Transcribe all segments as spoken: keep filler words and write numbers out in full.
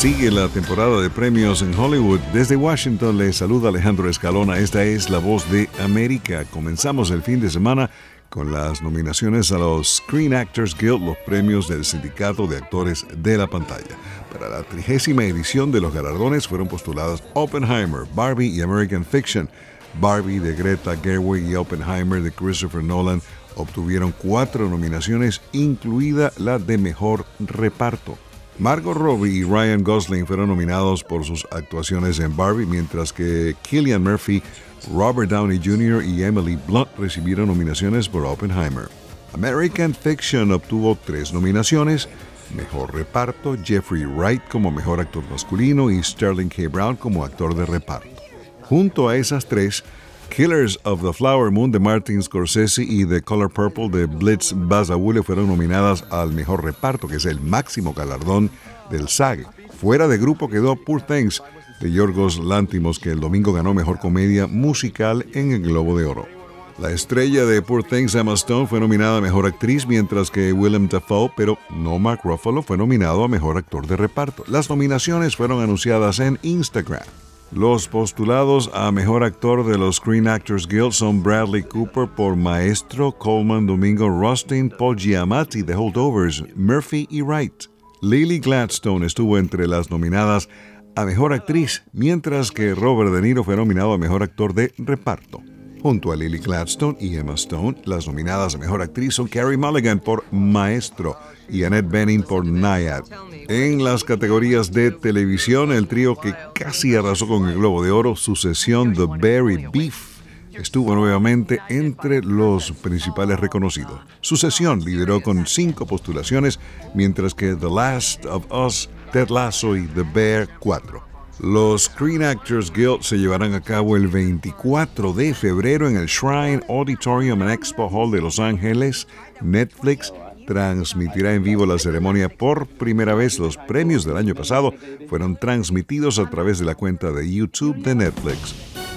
Sigue la temporada de premios en Hollywood. Desde Washington les saluda Alejandro Escalona. Esta es La Voz de América. Comenzamos el fin de semana con las nominaciones a los Screen Actors Guild, los premios del Sindicato de Actores de la Pantalla. Para la trigésima edición de los galardones fueron postuladas Oppenheimer, Barbie y American Fiction. Barbie de Greta Gerwig y Oppenheimer de Christopher Nolan obtuvieron cuatro nominaciones, incluida la de Mejor Reparto. Margot Robbie y Ryan Gosling fueron nominados por sus actuaciones en Barbie, mientras que Cillian Murphy, Robert Downey junior y Emily Blunt recibieron nominaciones por Oppenheimer. American Fiction obtuvo tres nominaciones: Mejor Reparto, Jeffrey Wright como Mejor Actor Masculino y Sterling K. Brown como Actor de Reparto. Junto a esas tres, Killers of the Flower Moon de Martin Scorsese y The Color Purple de Blitz Bazawule fueron nominadas al Mejor Reparto, que es el máximo galardón del SAG. Fuera de grupo quedó Poor Things de Yorgos Lanthimos, que el domingo ganó Mejor Comedia Musical en el Globo de Oro. La estrella de Poor Things, Emma Stone, fue nominada a Mejor Actriz, mientras que Willem Dafoe, pero no Mark Ruffalo, fue nominado a Mejor Actor de Reparto. Las nominaciones fueron anunciadas en Instagram. Los postulados a Mejor Actor de los Screen Actors Guild son Bradley Cooper por Maestro, Colman Domingo Rustin, Paul Giamatti de Holdovers, Murphy y Wright. Lily Gladstone estuvo entre las nominadas a Mejor Actriz, mientras que Robert De Niro fue nominado a Mejor Actor de Reparto. Junto a Lily Gladstone y Emma Stone, las nominadas a Mejor Actriz son Carey Mulligan por Maestro y Annette Bening por Nyad. En las categorías de televisión, el trío que casi arrasó con el Globo de Oro, Sucesión, The Bear y Beef, estuvo nuevamente entre los principales reconocidos. Sucesión lideró con cinco postulaciones, mientras que The Last of Us, Ted Lasso y The Bear, cuatro. Los Screen Actors Guild se llevarán a cabo el veinticuatro de febrero en el Shrine Auditorium and Expo Hall de Los Ángeles. Netflix transmitirá en vivo la ceremonia por primera vez. Los premios del año pasado fueron transmitidos a través de la cuenta de YouTube de Netflix.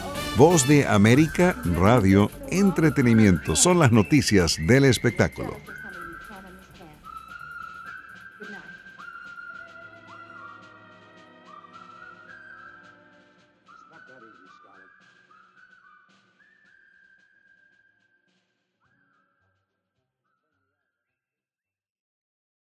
Voz de América, radio, entretenimiento, son las noticias del espectáculo.